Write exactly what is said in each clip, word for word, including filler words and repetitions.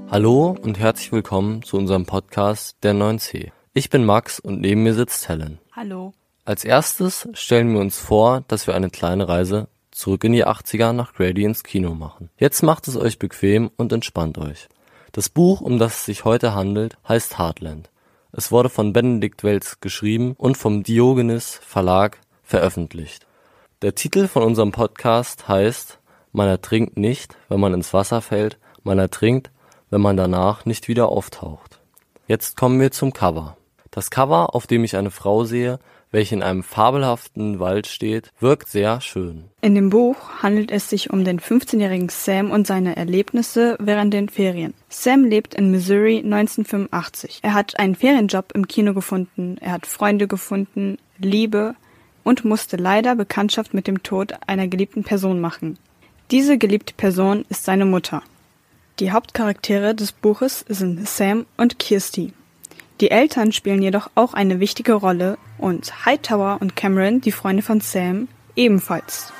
Hallo und herzlich willkommen zu unserem Podcast der neun C. Ich bin Max und neben mir sitzt Helen. Hallo. Als erstes stellen wir uns vor, dass wir eine kleine Reise zurück in die achtziger nach Grady ins Kino machen. Jetzt macht es euch bequem und entspannt euch. Das Buch, um das es sich heute handelt, heißt Heartland. Es wurde von Benedict Wells geschrieben und vom Diogenes Verlag veröffentlicht. Der Titel von unserem Podcast heißt Man ertrinkt nicht, wenn man ins Wasser fällt, man ertrinkt, wenn man danach nicht wieder auftaucht. Jetzt kommen wir zum Cover. Das Cover, auf dem ich eine Frau sehe, welche in einem fabelhaften Wald steht, wirkt sehr schön. In dem Buch handelt es sich um den fünfzehnjährigen Sam und seine Erlebnisse während den Ferien. Sam lebt in Missouri neunzehnhundertfünfundachtzig. Er hat einen Ferienjob im Kino gefunden, er hat Freunde gefunden, Liebe und musste leider Bekanntschaft mit dem Tod einer geliebten Person machen. Diese geliebte Person ist seine Mutter. Die Hauptcharaktere des Buches sind Sam und Kirsty. Die Eltern spielen jedoch auch eine wichtige Rolle und Hightower und Cameron, die Freunde von Sam, ebenfalls.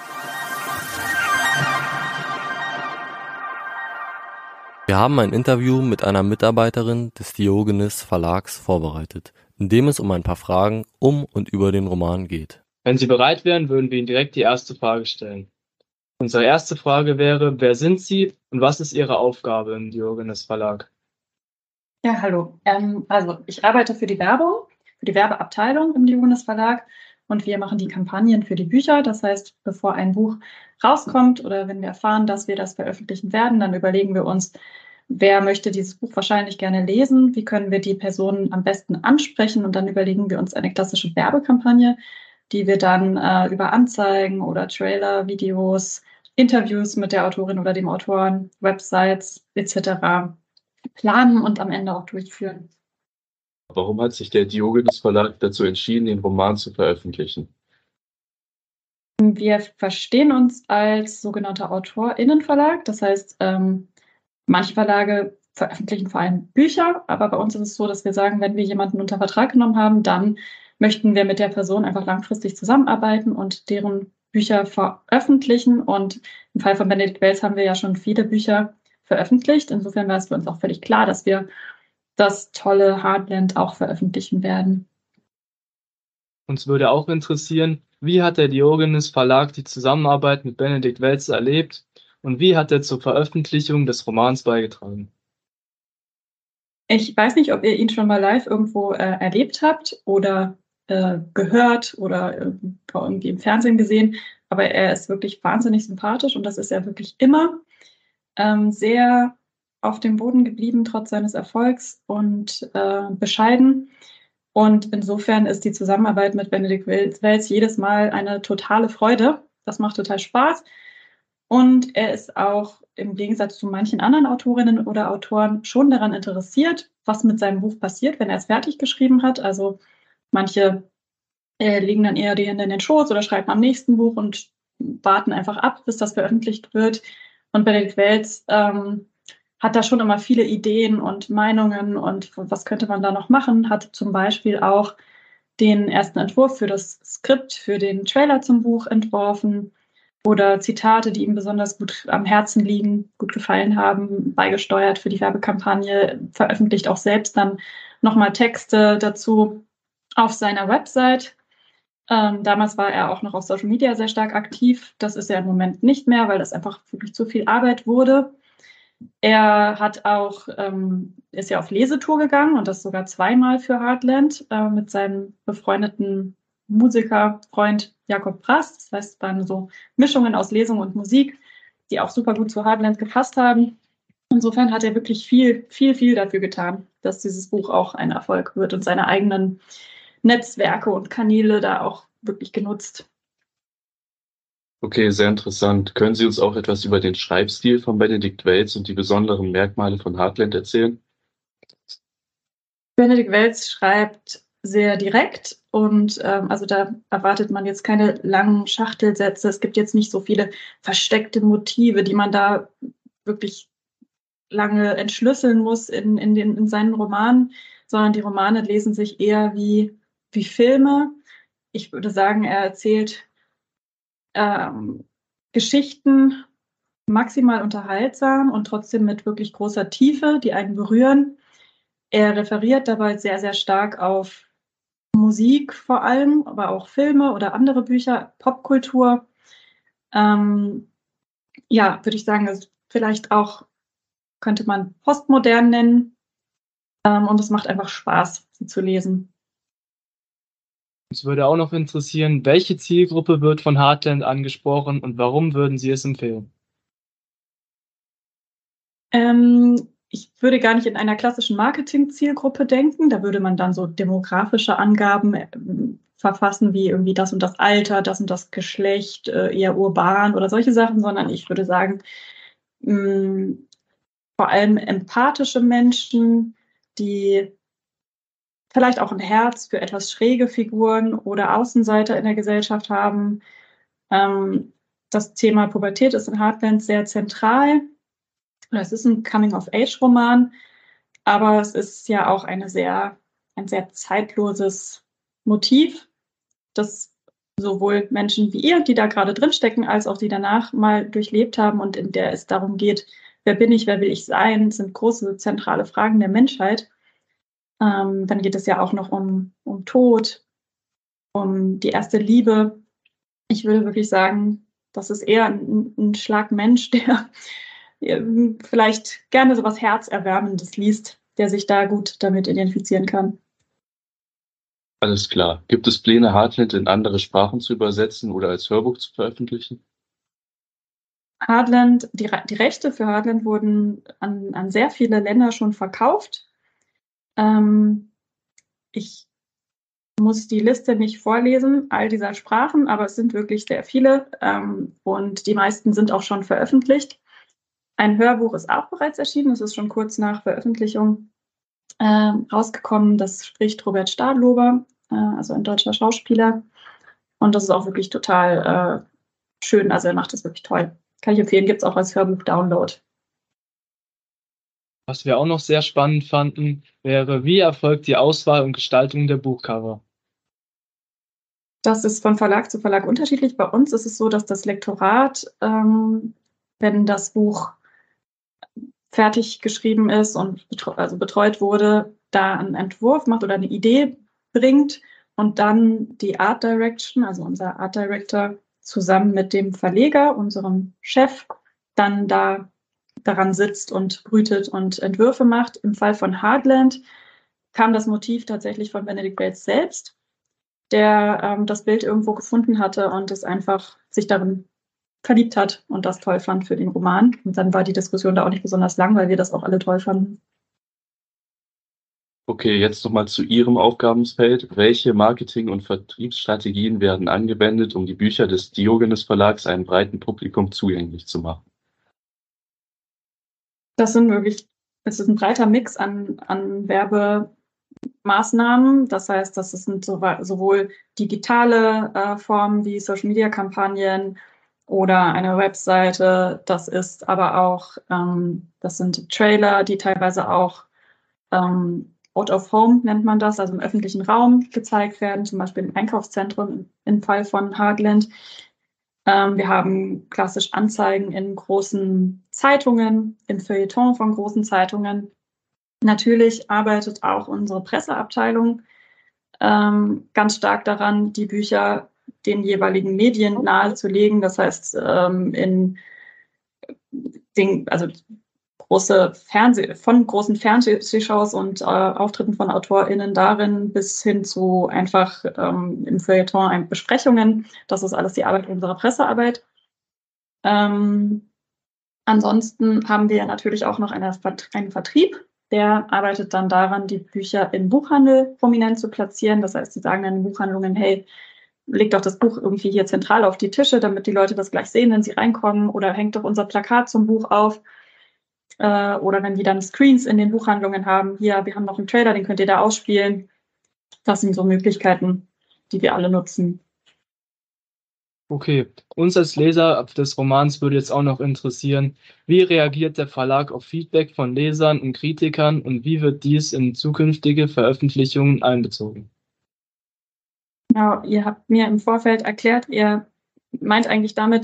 Wir haben ein Interview mit einer Mitarbeiterin des Diogenes Verlags vorbereitet, in dem es um ein paar Fragen um und über den Roman geht. Wenn Sie bereit wären, würden wir Ihnen direkt die erste Frage stellen. Unsere erste Frage wäre, wer sind Sie und was ist Ihre Aufgabe im Diogenes Verlag? Ja, hallo. Ähm, also ich arbeite für die Werbung, für die Werbeabteilung im Diogenes Verlag und wir machen die Kampagnen für die Bücher. Das heißt, bevor ein Buch rauskommt oder wenn wir erfahren, dass wir das veröffentlichen werden, dann überlegen wir uns, wer möchte dieses Buch wahrscheinlich gerne lesen, wie können wir die Personen am besten ansprechen und dann überlegen wir uns eine klassische Werbekampagne, die wir dann äh, über Anzeigen oder Trailer, Videos, Interviews mit der Autorin oder dem Autoren, Websites et cetera planen und am Ende auch durchführen. Warum hat sich der Diogenes Verlag dazu entschieden, den Roman zu veröffentlichen? Wir verstehen uns als sogenannter AutorInnenverlag. Das heißt, ähm, manche Verlage veröffentlichen vor allem Bücher, aber bei uns ist es so, dass wir sagen, wenn wir jemanden unter Vertrag genommen haben, dann möchten wir mit der Person einfach langfristig zusammenarbeiten und deren Bücher veröffentlichen. Und im Fall von Benedict Wells haben wir ja schon viele Bücher veröffentlicht. Insofern war es für uns auch völlig klar, dass wir das tolle Heartland auch veröffentlichen werden. Uns würde auch interessieren, wie hat der Diogenes Verlag die Zusammenarbeit mit Benedict Wells erlebt und wie hat er zur Veröffentlichung des Romans beigetragen? Ich weiß nicht, ob ihr ihn schon mal live irgendwo äh, erlebt habt oder äh, gehört oder äh, irgendwie im Fernsehen gesehen, aber er ist wirklich wahnsinnig sympathisch und das ist er wirklich immer. Ähm, sehr auf dem Boden geblieben, trotz seines Erfolgs und äh, bescheiden. Und insofern ist die Zusammenarbeit mit Benedict Wells jedes Mal eine totale Freude. Das macht total Spaß. Und er ist auch im Gegensatz zu manchen anderen Autorinnen oder Autoren schon daran interessiert, was mit seinem Buch passiert, wenn er es fertig geschrieben hat. Also manche äh, legen dann eher die Hände in den Schoß oder schreiben am nächsten Buch und warten einfach ab, bis das veröffentlicht wird. Und Benedict Wells ähm, hat da schon immer viele Ideen und Meinungen und was könnte man da noch machen. Hat zum Beispiel auch den ersten Entwurf für das Skript, für den Trailer zum Buch entworfen oder Zitate, die ihm besonders gut am Herzen liegen, gut gefallen haben, beigesteuert für die Werbekampagne, veröffentlicht auch selbst dann nochmal Texte dazu auf seiner Website. Ähm, damals war er auch noch auf Social Media sehr stark aktiv. Das ist er im Moment nicht mehr, weil das einfach wirklich zu viel Arbeit wurde. Er hat auch, ähm, ist ja auf Lesetour gegangen und das sogar zweimal für Heartland äh, mit seinem befreundeten Musikerfreund Jakob Brass. Das heißt, es waren so Mischungen aus Lesung und Musik, die auch super gut zu Heartland gepasst haben. Insofern hat er wirklich viel, viel, viel dafür getan, dass dieses Buch auch ein Erfolg wird und seine eigenen Netzwerke und Kanäle da auch wirklich genutzt. Okay, sehr interessant. Können Sie uns auch etwas über den Schreibstil von Benedict Wells und die besonderen Merkmale von Heartland erzählen? Benedict Wells schreibt sehr direkt und ähm, also da erwartet man jetzt keine langen Schachtelsätze. Es gibt jetzt nicht so viele versteckte Motive, die man da wirklich lange entschlüsseln muss in, in, den, in seinen Romanen, sondern die Romane lesen sich eher wie, wie Filme. Ich würde sagen, er erzählt ähm, Geschichten maximal unterhaltsam und trotzdem mit wirklich großer Tiefe, die einen berühren. Er referiert dabei sehr, sehr stark auf Musik vor allem, aber auch Filme oder andere Bücher, Popkultur. Ähm, ja, würde ich sagen, ist vielleicht auch, könnte man postmodern nennen. Ähm, und es macht einfach Spaß, sie zu lesen. Uns würde auch noch interessieren, welche Zielgruppe wird von Heartland angesprochen und warum würden Sie es empfehlen? Ähm, ich würde gar nicht in einer klassischen Marketing-Zielgruppe denken. Da würde man dann so demografische Angaben äh, verfassen, wie irgendwie das und das Alter, das und das Geschlecht, äh, eher urban oder solche Sachen, sondern ich würde sagen, mh, vor allem empathische Menschen, die vielleicht auch ein Herz für etwas schräge Figuren oder Außenseiter in der Gesellschaft haben. Ähm, das Thema Pubertät ist in Heartland sehr zentral. Es ist ein Coming-of-Age-Roman, aber es ist ja auch eine sehr, ein sehr zeitloses Motiv, das sowohl Menschen wie ihr, die da gerade drinstecken, als auch die danach mal durchlebt haben und in der es darum geht, wer bin ich, wer will ich sein, sind große zentrale Fragen der Menschheit. Ähm, dann geht es ja auch noch um, um Tod, um die erste Liebe. Ich würde wirklich sagen, das ist eher ein, ein Schlag Mensch, der vielleicht gerne so was Herzerwärmendes liest, der sich da gut damit identifizieren kann. Alles klar. Gibt es Pläne, Heartland in andere Sprachen zu übersetzen oder als Hörbuch zu veröffentlichen? Heartland, die, die Rechte für Heartland wurden an, an sehr viele Länder schon verkauft. Ähm, ich muss die Liste nicht vorlesen, all dieser Sprachen, aber es sind wirklich sehr viele ähm, und die meisten sind auch schon veröffentlicht. Ein Hörbuch ist auch bereits erschienen, es ist schon kurz nach Veröffentlichung äh, rausgekommen. Das spricht Robert Stadlober, äh, also ein deutscher Schauspieler. Und das ist auch wirklich total äh, schön, also er macht das wirklich toll. Kann ich empfehlen, gibt es auch als Hörbuch-Download. Was wir auch noch sehr spannend fanden, wäre, wie erfolgt die Auswahl und Gestaltung der Buchcover? Das ist von Verlag zu Verlag unterschiedlich. Bei uns ist es so, dass das Lektorat, ähm, wenn das Buch fertig geschrieben ist und betreut, also betreut wurde, da einen Entwurf macht oder eine Idee bringt und dann die Art Direction, also unser Art Director, zusammen mit dem Verleger, unserem Chef, dann da daran sitzt und brütet und Entwürfe macht. Im Fall von Heartland kam das Motiv tatsächlich von Benedict Wells selbst, der ähm, das Bild irgendwo gefunden hatte und es einfach sich darin verliebt hat und das toll fand für den Roman. Und dann war die Diskussion da auch nicht besonders lang, weil wir das auch alle toll fanden. Okay, jetzt nochmal zu Ihrem Aufgabenfeld. Welche Marketing- und Vertriebsstrategien werden angewendet, um die Bücher des Diogenes Verlags einem breiten Publikum zugänglich zu machen? Das sind wirklich, es ist ein breiter Mix an, an Werbemaßnahmen. Das heißt, das sind sowohl digitale äh, Formen wie Social-Media-Kampagnen oder eine Webseite. Das ist aber auch, ähm, das sind Trailer, die teilweise auch ähm, out of home nennt man das, also im öffentlichen Raum gezeigt werden, zum Beispiel im Einkaufszentrum im Fall von Heartland. Ähm, wir haben klassisch Anzeigen in großen Zeitungen, im Feuilleton von großen Zeitungen. Natürlich arbeitet auch unsere Presseabteilung ähm, ganz stark daran, die Bücher den jeweiligen Medien nahezulegen. Das heißt, ähm, in den, also große Fernseh, von großen Fernsehshows und äh, Auftritten von AutorInnen darin bis hin zu einfach ähm, im Feuilleton Besprechungen. Das ist alles die Arbeit unserer Pressearbeit. Ähm, ansonsten haben wir natürlich auch noch eine, einen Vertrieb, der arbeitet dann daran, die Bücher im Buchhandel prominent zu platzieren. Das heißt, sie sagen dann in Buchhandlungen, hey, legt doch das Buch irgendwie hier zentral auf die Tische, damit die Leute das gleich sehen, wenn sie reinkommen, oder hängt doch unser Plakat zum Buch auf. Äh, oder wenn die dann Screens in den Buchhandlungen haben, hier, wir haben noch einen Trailer, den könnt ihr da ausspielen. Das sind so Möglichkeiten, die wir alle nutzen. Okay, uns als Leser des Romans würde jetzt auch noch interessieren, wie reagiert der Verlag auf Feedback von Lesern und Kritikern und wie wird dies in zukünftige Veröffentlichungen einbezogen? Genau, ihr habt mir im Vorfeld erklärt, ihr meint eigentlich damit,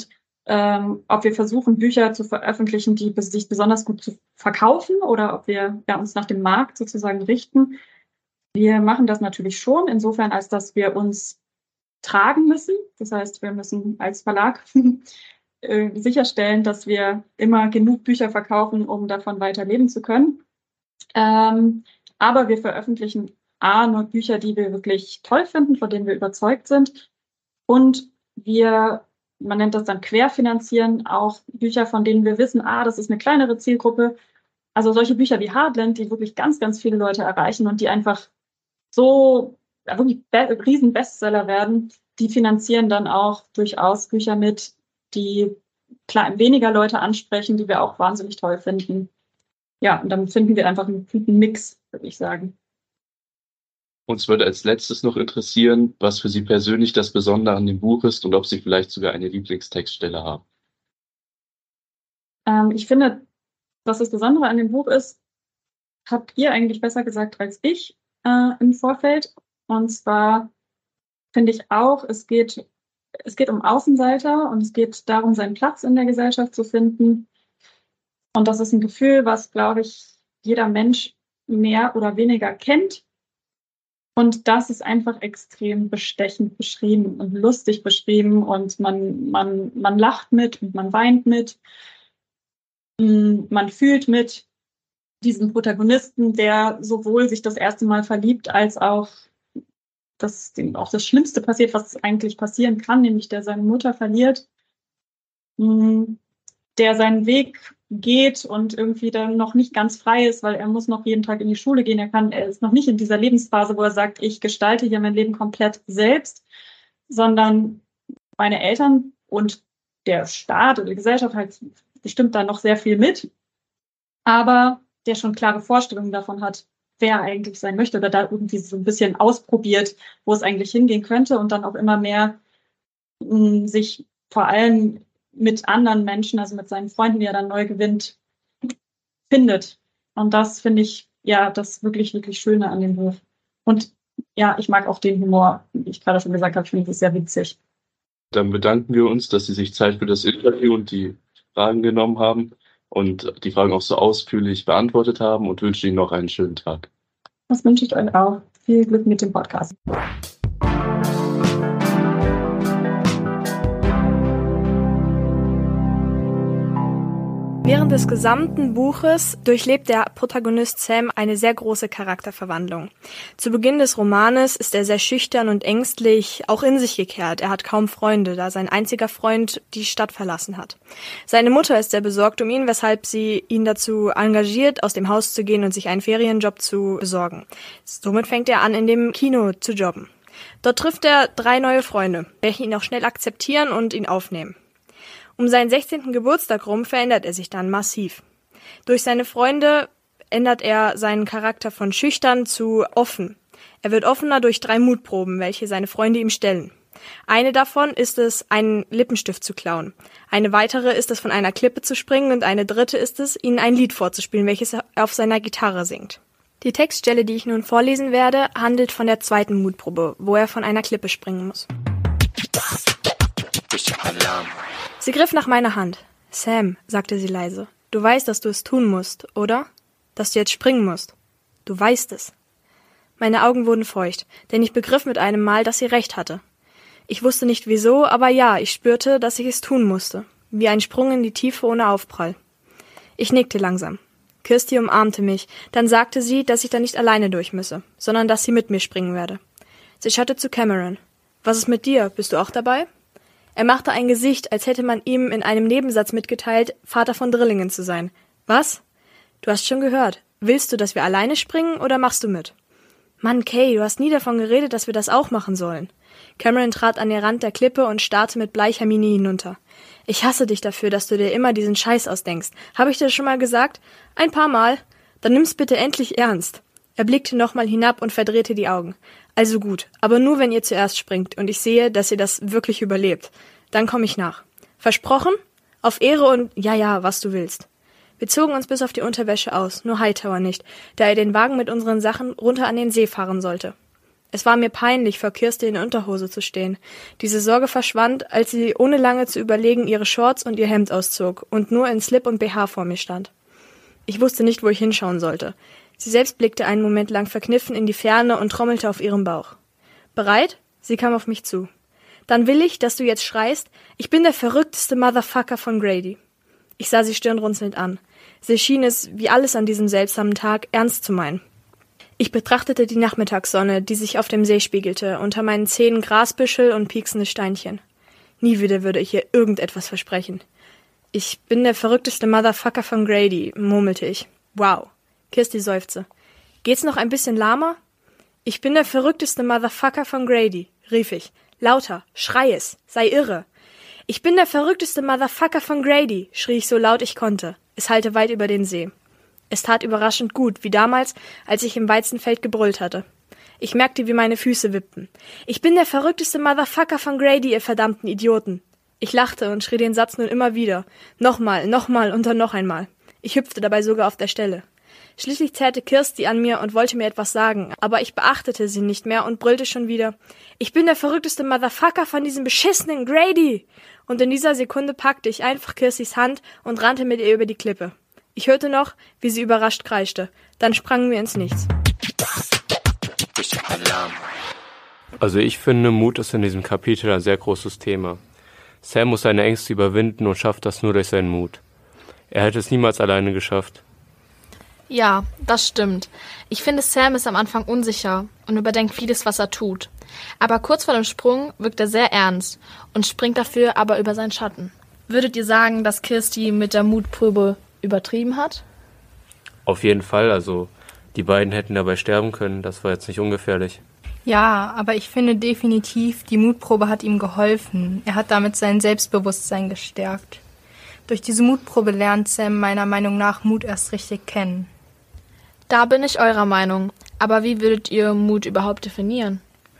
ähm, ob wir versuchen, Bücher zu veröffentlichen, die sich besonders gut zu verkaufen oder ob wir ja, uns nach dem Markt sozusagen richten. Wir machen das natürlich schon, insofern, als dass wir uns tragen müssen. Das heißt, wir müssen als Verlag äh, sicherstellen, dass wir immer genug Bücher verkaufen, um davon weiter leben zu können. Ähm, aber wir veröffentlichen A, nur Bücher, die wir wirklich toll finden, von denen wir überzeugt sind. Und wir, man nennt das dann querfinanzieren, auch Bücher, von denen wir wissen, ah, das ist eine kleinere Zielgruppe. Also solche Bücher wie Heartland, die wirklich ganz, ganz viele Leute erreichen und die einfach so ja, wirklich be- riesen Bestseller werden, die finanzieren dann auch durchaus Bücher mit, die klar weniger Leute ansprechen, die wir auch wahnsinnig toll finden. Ja, und dann finden wir einfach einen guten Mix, würde ich sagen. Uns würde als letztes noch interessieren, was für Sie persönlich das Besondere an dem Buch ist und ob Sie vielleicht sogar eine Lieblingstextstelle haben. Ähm, ich finde, was das Besondere an dem Buch ist, habt ihr eigentlich besser gesagt als ich äh, im Vorfeld. Und zwar finde ich auch, es geht, es geht um Außenseiter und es geht darum, seinen Platz in der Gesellschaft zu finden. Und das ist ein Gefühl, was, glaube ich, jeder Mensch mehr oder weniger kennt. Und das ist einfach extrem bestechend beschrieben und lustig beschrieben. Und man, man, man lacht mit und man weint mit. Man fühlt mit diesem Protagonisten, der sowohl sich das erste Mal verliebt, als auch das, dem auch das Schlimmste passiert, was eigentlich passieren kann, nämlich der seine Mutter verliert, der seinen Weg geht und irgendwie dann noch nicht ganz frei ist, weil er muss noch jeden Tag in die Schule gehen. Er kann, er ist noch nicht in dieser Lebensphase, wo er sagt, ich gestalte hier mein Leben komplett selbst, sondern meine Eltern und der Staat oder die Gesellschaft halt bestimmt da noch sehr viel mit, aber der schon klare Vorstellungen davon hat, wer er eigentlich sein möchte oder da irgendwie so ein bisschen ausprobiert, wo es eigentlich hingehen könnte und dann auch immer mehr mh, sich vor allem mit anderen Menschen, also mit seinen Freunden, die er dann neu gewinnt, findet. Und das finde ich, ja, das wirklich, wirklich Schöne an dem Buch. Und ja, ich mag auch den Humor, wie ich gerade schon gesagt habe, ich finde es sehr witzig. Dann bedanken wir uns, dass Sie sich Zeit für das Interview und die Fragen genommen haben und die Fragen auch so ausführlich beantwortet haben und wünschen Ihnen noch einen schönen Tag. Das wünsche ich euch auch. Viel Glück mit dem Podcast. Während des gesamten Buches durchlebt der Protagonist Sam eine sehr große Charakterverwandlung. Zu Beginn des Romanes ist er sehr schüchtern und ängstlich, auch in sich gekehrt. Er hat kaum Freunde, da sein einziger Freund die Stadt verlassen hat. Seine Mutter ist sehr besorgt um ihn, weshalb sie ihn dazu engagiert, aus dem Haus zu gehen und sich einen Ferienjob zu besorgen. Somit fängt er an, in dem Kino zu jobben. Dort trifft er drei neue Freunde, welche ihn auch schnell akzeptieren und ihn aufnehmen. Um seinen sechzehnten Geburtstag rum verändert er sich dann massiv. Durch seine Freunde ändert er seinen Charakter von schüchtern zu offen. Er wird offener durch drei Mutproben, welche seine Freunde ihm stellen. Eine davon ist es, einen Lippenstift zu klauen. Eine weitere ist es, von einer Klippe zu springen und eine dritte ist es, ihnen ein Lied vorzuspielen, welches er auf seiner Gitarre singt. Die Textstelle, die ich nun vorlesen werde, handelt von der zweiten Mutprobe, wo er von einer Klippe springen muss. Sie griff nach meiner Hand. Sam, sagte sie leise, du weißt, dass du es tun musst, oder? Dass du jetzt springen musst. Du weißt es. Meine Augen wurden feucht, denn ich begriff mit einem Mal, dass sie recht hatte. Ich wusste nicht wieso, aber ja, ich spürte, dass ich es tun musste. Wie ein Sprung in die Tiefe ohne Aufprall. Ich nickte langsam. Kirsty umarmte mich, dann sagte sie, dass ich da nicht alleine durch müsse, sondern dass sie mit mir springen werde. Sie schaute zu Cameron. Was ist mit dir? Bist du auch dabei? Er machte ein Gesicht, als hätte man ihm in einem Nebensatz mitgeteilt, Vater von Drillingen zu sein. Was? Du hast schon gehört. Willst du, dass wir alleine springen oder machst du mit? Mann, Kay, du hast nie davon geredet, dass wir das auch machen sollen. Cameron trat an den Rand der Klippe und starrte mit bleicher Miene hinunter. Ich hasse dich dafür, dass du dir immer diesen Scheiß ausdenkst. Habe ich dir das schon mal gesagt? Ein paar Mal. Dann nimm's bitte endlich ernst. Er blickte nochmal hinab und verdrehte die Augen. Also gut, aber nur, wenn ihr zuerst springt und ich sehe, dass ihr das wirklich überlebt. Dann komme ich nach. Versprochen? Auf Ehre und ja, ja, was du willst. Wir zogen uns bis auf die Unterwäsche aus, nur Hightower nicht, da er den Wagen mit unseren Sachen runter an den See fahren sollte. Es war mir peinlich, vor Kirsty in der Unterhose zu stehen. Diese Sorge verschwand, als sie ohne lange zu überlegen ihre Shorts und ihr Hemd auszog und nur in Slip und B H vor mir stand. Ich wusste nicht, wo ich hinschauen sollte. Sie selbst blickte einen Moment lang verkniffen in die Ferne und trommelte auf ihrem Bauch. Bereit? Sie kam auf mich zu. Dann will ich, dass du jetzt schreist, ich bin der verrückteste Motherfucker von Grady. Ich sah sie stirnrunzelnd an. Sie schien es, wie alles an diesem seltsamen Tag, ernst zu meinen. Ich betrachtete die Nachmittagssonne, die sich auf dem See spiegelte, unter meinen Zähnen Grasbüschel und pieksende Steinchen. Nie wieder würde ich ihr irgendetwas versprechen. Ich bin der verrückteste Motherfucker von Grady, murmelte ich. Wow. Kirsty seufzte. Geht's noch ein bisschen lahmer? Ich bin der verrückteste Motherfucker von Grady, rief ich. Lauter, schrei es, sei irre. Ich bin der verrückteste Motherfucker von Grady, schrie ich so laut ich konnte. Es hallte weit über den See. Es tat überraschend gut, wie damals, als ich im Weizenfeld gebrüllt hatte. Ich merkte, wie meine Füße wippten. Ich bin der verrückteste Motherfucker von Grady, ihr verdammten Idioten. Ich lachte und schrie den Satz nun immer wieder. Nochmal, nochmal und dann noch einmal. Ich hüpfte dabei sogar auf der Stelle. Schließlich zerrte Kirsty an mir und wollte mir etwas sagen, aber ich beachtete sie nicht mehr und brüllte schon wieder. Ich bin der verrückteste Motherfucker von diesem beschissenen Grady! Und in dieser Sekunde packte ich einfach Kirstys Hand und rannte mit ihr über die Klippe. Ich hörte noch, wie sie überrascht kreischte. Dann sprangen wir ins Nichts. Also ich finde, Mut ist in diesem Kapitel ein sehr großes Thema. Sam muss seine Ängste überwinden und schafft das nur durch seinen Mut. Er hätte es niemals alleine geschafft. Ja, das stimmt. Ich finde, Sam ist am Anfang unsicher und überdenkt vieles, was er tut. Aber kurz vor dem Sprung wirkt er sehr ernst und springt dafür aber über seinen Schatten. Würdet ihr sagen, dass Kirsty mit der Mutprobe übertrieben hat? Auf jeden Fall, also die beiden hätten dabei sterben können, das war jetzt nicht ungefährlich. Ja, aber ich finde definitiv, die Mutprobe hat ihm geholfen. Er hat damit sein Selbstbewusstsein gestärkt. Durch diese Mutprobe lernt Sam meiner Meinung nach Mut erst richtig kennen. Da bin ich eurer Meinung. Aber wie würdet ihr Mut überhaupt definieren?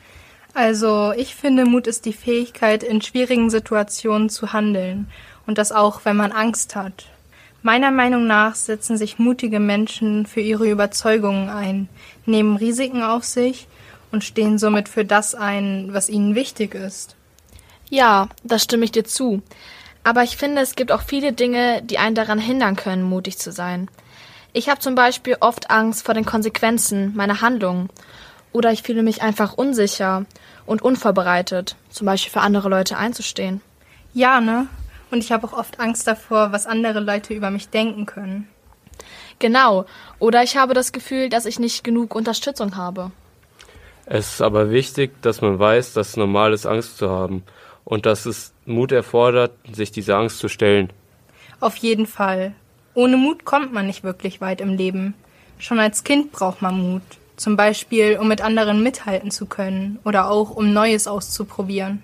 Also, ich finde, Mut ist die Fähigkeit, in schwierigen Situationen zu handeln. Und das auch, wenn man Angst hat. Meiner Meinung nach setzen sich mutige Menschen für ihre Überzeugungen ein, nehmen Risiken auf sich und stehen somit für das ein, was ihnen wichtig ist. Ja, das stimme ich dir zu. Aber ich finde, es gibt auch viele Dinge, die einen daran hindern können, mutig zu sein. Ich habe zum Beispiel oft Angst vor den Konsequenzen meiner Handlungen. Oder ich fühle mich einfach unsicher und unvorbereitet, zum Beispiel für andere Leute einzustehen. Ja, ne? Und ich habe auch oft Angst davor, was andere Leute über mich denken können. Genau. Oder ich habe das Gefühl, dass ich nicht genug Unterstützung habe. Es ist aber wichtig, dass man weiß, dass es normal ist, Angst zu haben. Und dass es Mut erfordert, sich dieser Angst zu stellen. Auf jeden Fall. Ohne Mut kommt man nicht wirklich weit im Leben. Schon als Kind braucht man Mut. Zum Beispiel, um mit anderen mithalten zu können oder auch, um Neues auszuprobieren.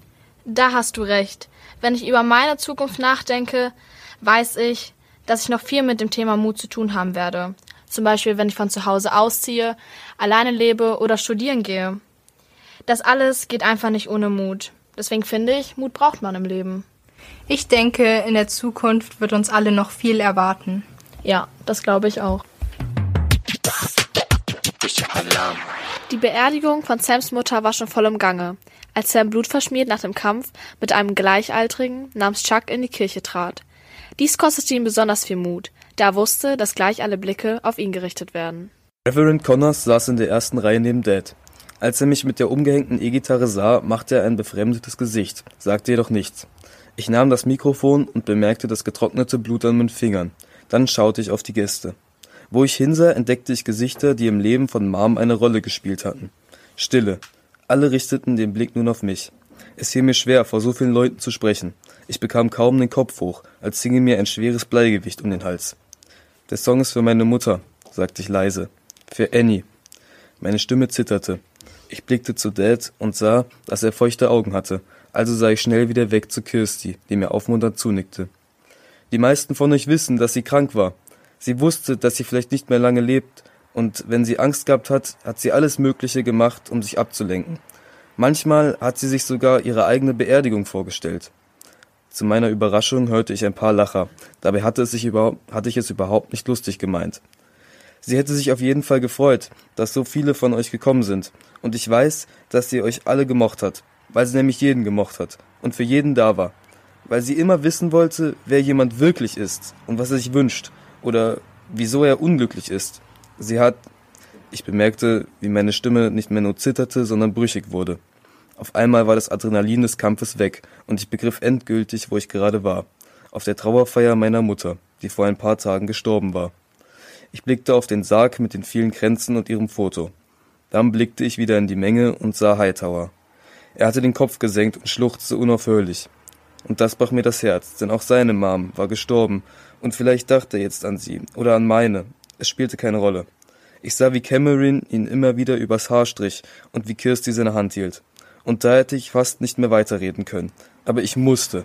Da hast du recht. Wenn ich über meine Zukunft nachdenke, weiß ich, dass ich noch viel mit dem Thema Mut zu tun haben werde. Zum Beispiel, wenn ich von zu Hause ausziehe, alleine lebe oder studieren gehe. Das alles geht einfach nicht ohne Mut. Deswegen finde ich, Mut braucht man im Leben. Ich denke, in der Zukunft wird uns alle noch viel erwarten. Ja, das glaube ich auch. Die Beerdigung von Sams Mutter war schon voll im Gange, als Sam blutverschmiert nach dem Kampf mit einem Gleichaltrigen namens Chuck in die Kirche trat. Dies kostete ihm besonders viel Mut, da er wusste, dass gleich alle Blicke auf ihn gerichtet werden. Reverend Connors saß in der ersten Reihe neben Dad. Als er mich mit der umgehängten E-Gitarre sah, machte er ein befremdetes Gesicht, sagte jedoch nichts. Ich nahm das Mikrofon und bemerkte das getrocknete Blut an meinen Fingern. Dann schaute ich auf die Gäste. Wo ich hinsah, entdeckte ich Gesichter, die im Leben von Mom eine Rolle gespielt hatten. Stille. Alle richteten den Blick nun auf mich. Es fiel mir schwer, vor so vielen Leuten zu sprechen. Ich bekam kaum den Kopf hoch, als hinge mir ein schweres Bleigewicht um den Hals. Der Song ist für meine Mutter, sagte ich leise. Für Annie. Meine Stimme zitterte. Ich blickte zu Dad und sah, dass er feuchte Augen hatte. Also sah ich schnell wieder weg zu Kirsty, die mir aufmunternd zunickte. Die meisten von euch wissen, dass sie krank war. Sie wusste, dass sie vielleicht nicht mehr lange lebt, und wenn sie Angst gehabt hat, hat sie alles Mögliche gemacht, um sich abzulenken. Manchmal hat sie sich sogar ihre eigene Beerdigung vorgestellt. Zu meiner Überraschung hörte ich ein paar Lacher. Dabei hatte, es sich überhaupt, hatte ich es überhaupt nicht lustig gemeint. Sie hätte sich auf jeden Fall gefreut, dass so viele von euch gekommen sind. Und ich weiß, dass sie euch alle gemocht hat, weil sie nämlich jeden gemocht hat und für jeden da war. Weil sie immer wissen wollte, wer jemand wirklich ist und was er sich wünscht oder wieso er unglücklich ist. Sie hat... Ich bemerkte, wie meine Stimme nicht mehr nur zitterte, sondern brüchig wurde. Auf einmal war das Adrenalin des Kampfes weg und ich begriff endgültig, wo ich gerade war. Auf der Trauerfeier meiner Mutter, die vor ein paar Tagen gestorben war. Ich blickte auf den Sarg mit den vielen Kränzen und ihrem Foto. Dann blickte ich wieder in die Menge und sah Hightower. Er hatte den Kopf gesenkt und schluchzte unaufhörlich. Und das brach mir das Herz, denn auch seine Mom war gestorben und vielleicht dachte er jetzt an sie oder an meine. Es spielte keine Rolle. Ich sah, wie Cameron ihn immer wieder übers Haar strich und wie Kirsty seine Hand hielt. Und da hätte ich fast nicht mehr weiterreden können. Aber ich musste.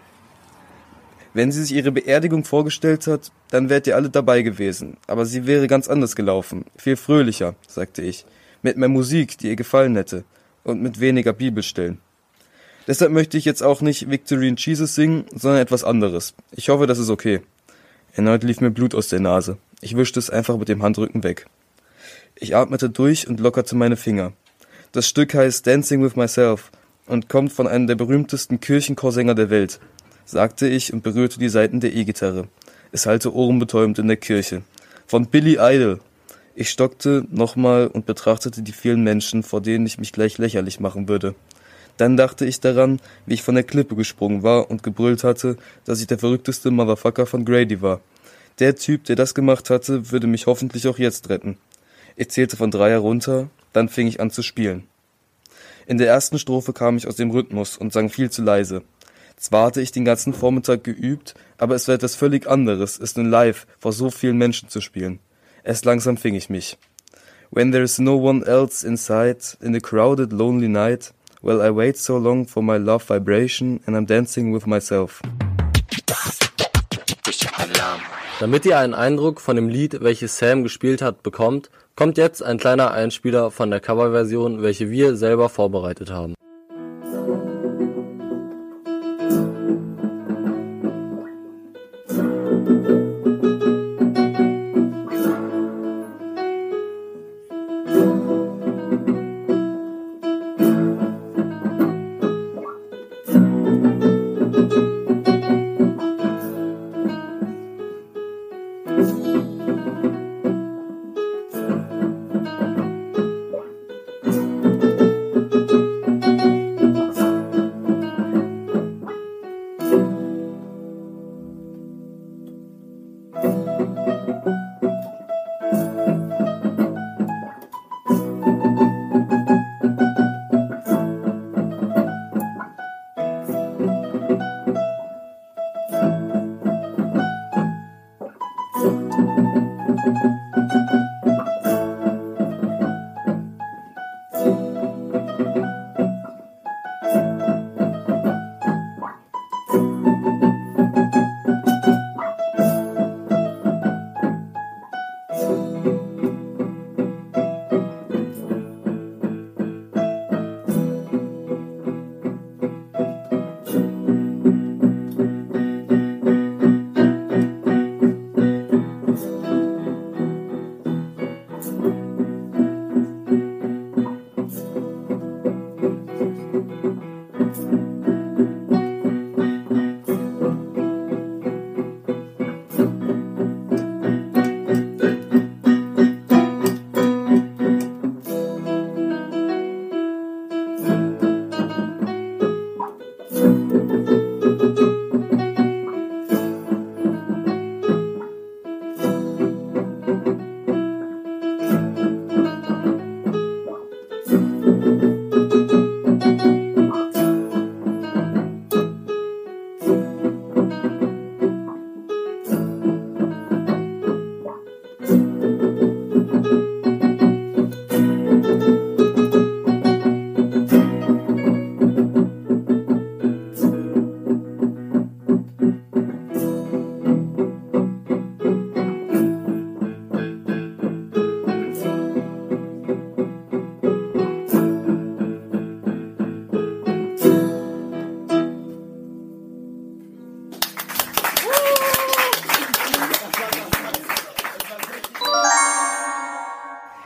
Wenn sie sich ihre Beerdigung vorgestellt hat, dann wärt ihr alle dabei gewesen. Aber sie wäre ganz anders gelaufen. Viel fröhlicher, sagte ich. Mit mehr Musik, die ihr gefallen hätte. Und mit weniger Bibelstellen. Deshalb möchte ich jetzt auch nicht Victory in Jesus singen, sondern etwas anderes. Ich hoffe, das ist okay. Erneut lief mir Blut aus der Nase. Ich wischte es einfach mit dem Handrücken weg. Ich atmete durch und lockerte meine Finger. Das Stück heißt Dancing with Myself und kommt von einem der berühmtesten Kirchenchorsänger der Welt, sagte ich und berührte die Saiten der E-Gitarre. Es hallte ohrenbetäubend in der Kirche. Von Billy Idol. Ich stockte nochmal und betrachtete die vielen Menschen, vor denen ich mich gleich lächerlich machen würde. Dann dachte ich daran, wie ich von der Klippe gesprungen war und gebrüllt hatte, dass ich der verrückteste Motherfucker von Grady war. Der Typ, der das gemacht hatte, würde mich hoffentlich auch jetzt retten. Ich zählte von drei herunter, dann fing ich an zu spielen. In der ersten Strophe kam ich aus dem Rhythmus und sang viel zu leise. Zwar hatte ich den ganzen Vormittag geübt, aber es war etwas völlig anderes, es nun live vor so vielen Menschen zu spielen. Erst langsam fing ich mich. When there is no one else inside, in a crowded lonely night, well I wait so long for my love vibration and I'm dancing with myself. Damit ihr einen Eindruck von dem Lied, welches Sam gespielt hat, bekommt, kommt jetzt ein kleiner Einspieler von der Coverversion, welche wir selber vorbereitet haben.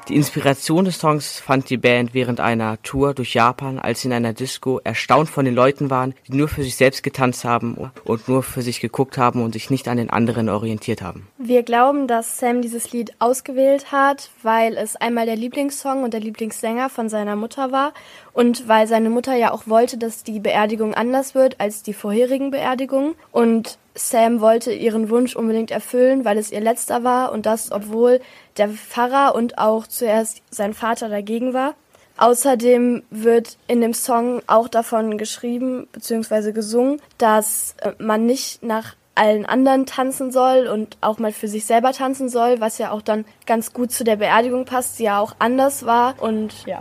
Die Inspiration des Songs fand die Band während einer Tour durch Japan, als sie in einer Disco erstaunt von den Leuten waren, die nur für sich selbst getanzt haben und nur für sich geguckt haben und sich nicht an den anderen orientiert haben. Wir glauben, dass Sam dieses Lied ausgewählt hat, weil es einmal der Lieblingssong und der Lieblingssänger von seiner Mutter war und weil seine Mutter ja auch wollte, dass die Beerdigung anders wird als die vorherigen Beerdigungen. Und Sam wollte ihren Wunsch unbedingt erfüllen, weil es ihr letzter war und das, obwohl der Pfarrer und auch zuerst sein Vater dagegen war. Außerdem wird in dem Song auch davon geschrieben bzw. gesungen, dass man nicht nach allen anderen tanzen soll und auch mal für sich selber tanzen soll, was ja auch dann ganz gut zu der Beerdigung passt, die ja auch anders war und ja.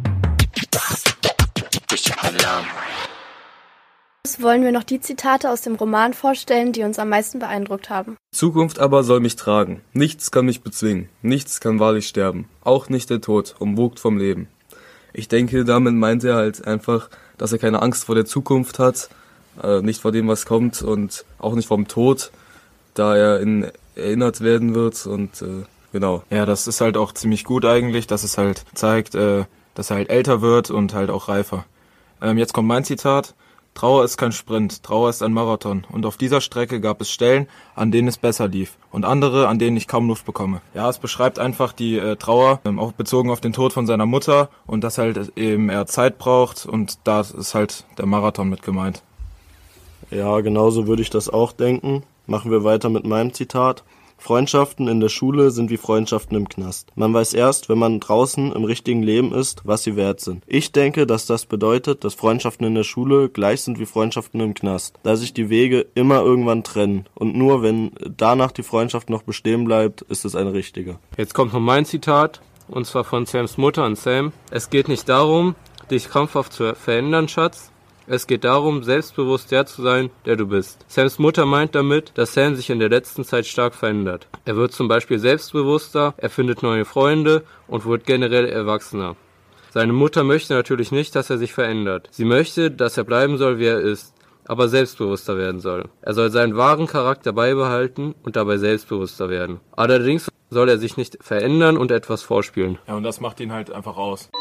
Jetzt wollen wir noch die Zitate aus dem Roman vorstellen, die uns am meisten beeindruckt haben. Zukunft aber soll mich tragen. Nichts kann mich bezwingen. Nichts kann wahrlich sterben. Auch nicht der Tod, umwogt vom Leben. Ich denke, damit meint er halt einfach, dass er keine Angst vor der Zukunft hat, äh, nicht vor dem, was kommt und auch nicht vom Tod, da er in erinnert werden wird und äh, genau. Ja, das ist halt auch ziemlich gut eigentlich, dass es halt zeigt, äh, dass er halt älter wird und halt auch reifer. Ähm, jetzt kommt mein Zitat. Trauer ist kein Sprint, Trauer ist ein Marathon und auf dieser Strecke gab es Stellen, an denen es besser lief und andere, an denen ich kaum Luft bekomme. Ja, es beschreibt einfach die äh, Trauer, ähm, auch bezogen auf den Tod von seiner Mutter und dass halt eben er Zeit braucht und da ist halt der Marathon mit gemeint. Ja, genauso würde ich das auch denken. Machen wir weiter mit meinem Zitat. Freundschaften in der Schule sind wie Freundschaften im Knast. Man weiß erst, wenn man draußen im richtigen Leben ist, was sie wert sind. Ich denke, dass das bedeutet, dass Freundschaften in der Schule gleich sind wie Freundschaften im Knast, da sich die Wege immer irgendwann trennen. Und nur wenn danach die Freundschaft noch bestehen bleibt, ist es eine richtige. Jetzt kommt noch mein Zitat, und zwar von Sams Mutter an Sam. Es geht nicht darum, dich krampfhaft zu verändern, Schatz. Es geht darum, selbstbewusst der zu sein, der du bist. Sams Mutter meint damit, dass Sam sich in der letzten Zeit stark verändert. Er wird zum Beispiel selbstbewusster, er findet neue Freunde und wird generell erwachsener. Seine Mutter möchte natürlich nicht, dass er sich verändert. Sie möchte, dass er bleiben soll, wie er ist, aber selbstbewusster werden soll. Er soll seinen wahren Charakter beibehalten und dabei selbstbewusster werden. Allerdings soll er sich nicht verändern und etwas vorspielen. Ja, und das macht ihn halt einfach aus.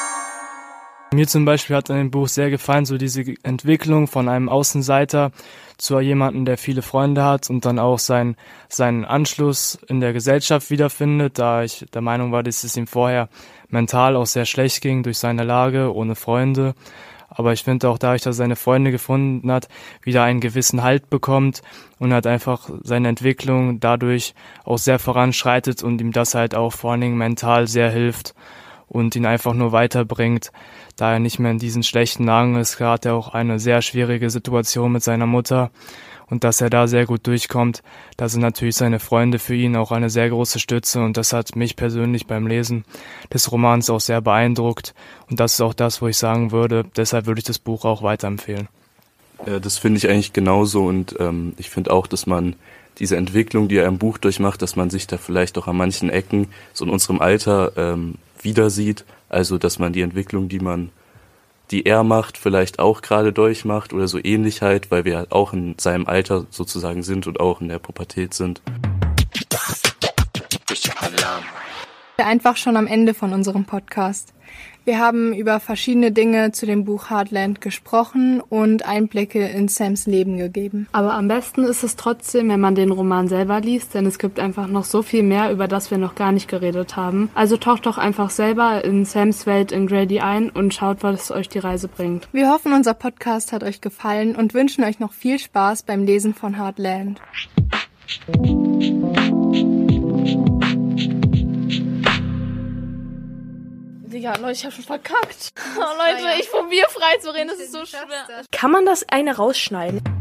Mir zum Beispiel hat an dem Buch sehr gefallen, so diese Entwicklung von einem Außenseiter zu jemandem, der viele Freunde hat und dann auch seinen seinen Anschluss in der Gesellschaft wiederfindet, da ich der Meinung war, dass es ihm vorher mental auch sehr schlecht ging durch seine Lage, ohne Freunde. Aber ich finde auch dadurch, dass er seine Freunde gefunden hat, wieder einen gewissen Halt bekommt und hat einfach seine Entwicklung dadurch auch sehr voranschreitet und ihm das halt auch vor allen Dingen mental sehr hilft und ihn einfach nur weiterbringt, da er nicht mehr in diesen schlechten Lagen ist. Hat er auch eine sehr schwierige Situation mit seiner Mutter und dass er da sehr gut durchkommt. Da sind natürlich seine Freunde für ihn auch eine sehr große Stütze und das hat mich persönlich beim Lesen des Romans auch sehr beeindruckt und das ist auch das, wo ich sagen würde, deshalb würde ich das Buch auch weiterempfehlen. Ja, das finde ich eigentlich genauso und ähm, ich finde auch, dass man diese Entwicklung, die er im Buch durchmacht, dass man sich da vielleicht auch an manchen Ecken so in unserem Alter ähm, wieder sieht, also dass man die Entwicklung, die man, die er macht, vielleicht auch gerade durchmacht oder so ähnlich halt, weil wir halt auch in seinem Alter sozusagen sind und auch in der Pubertät sind. Einfach schon am Ende von unserem Podcast. Wir haben über verschiedene Dinge zu dem Buch Heartland gesprochen und Einblicke in Sams Leben gegeben. Aber am besten ist es trotzdem, wenn man den Roman selber liest, denn es gibt einfach noch so viel mehr, über das wir noch gar nicht geredet haben. Also taucht doch einfach selber in Sams Welt in Grady ein und schaut, was euch die Reise bringt. Wir hoffen, unser Podcast hat euch gefallen und wünschen euch noch viel Spaß beim Lesen von Heartland. Digga, Leute, ich hab schon verkackt. Oh, Leute, ich probiere frei zu reden, das ist so schwer. Kann man das eine rausschneiden?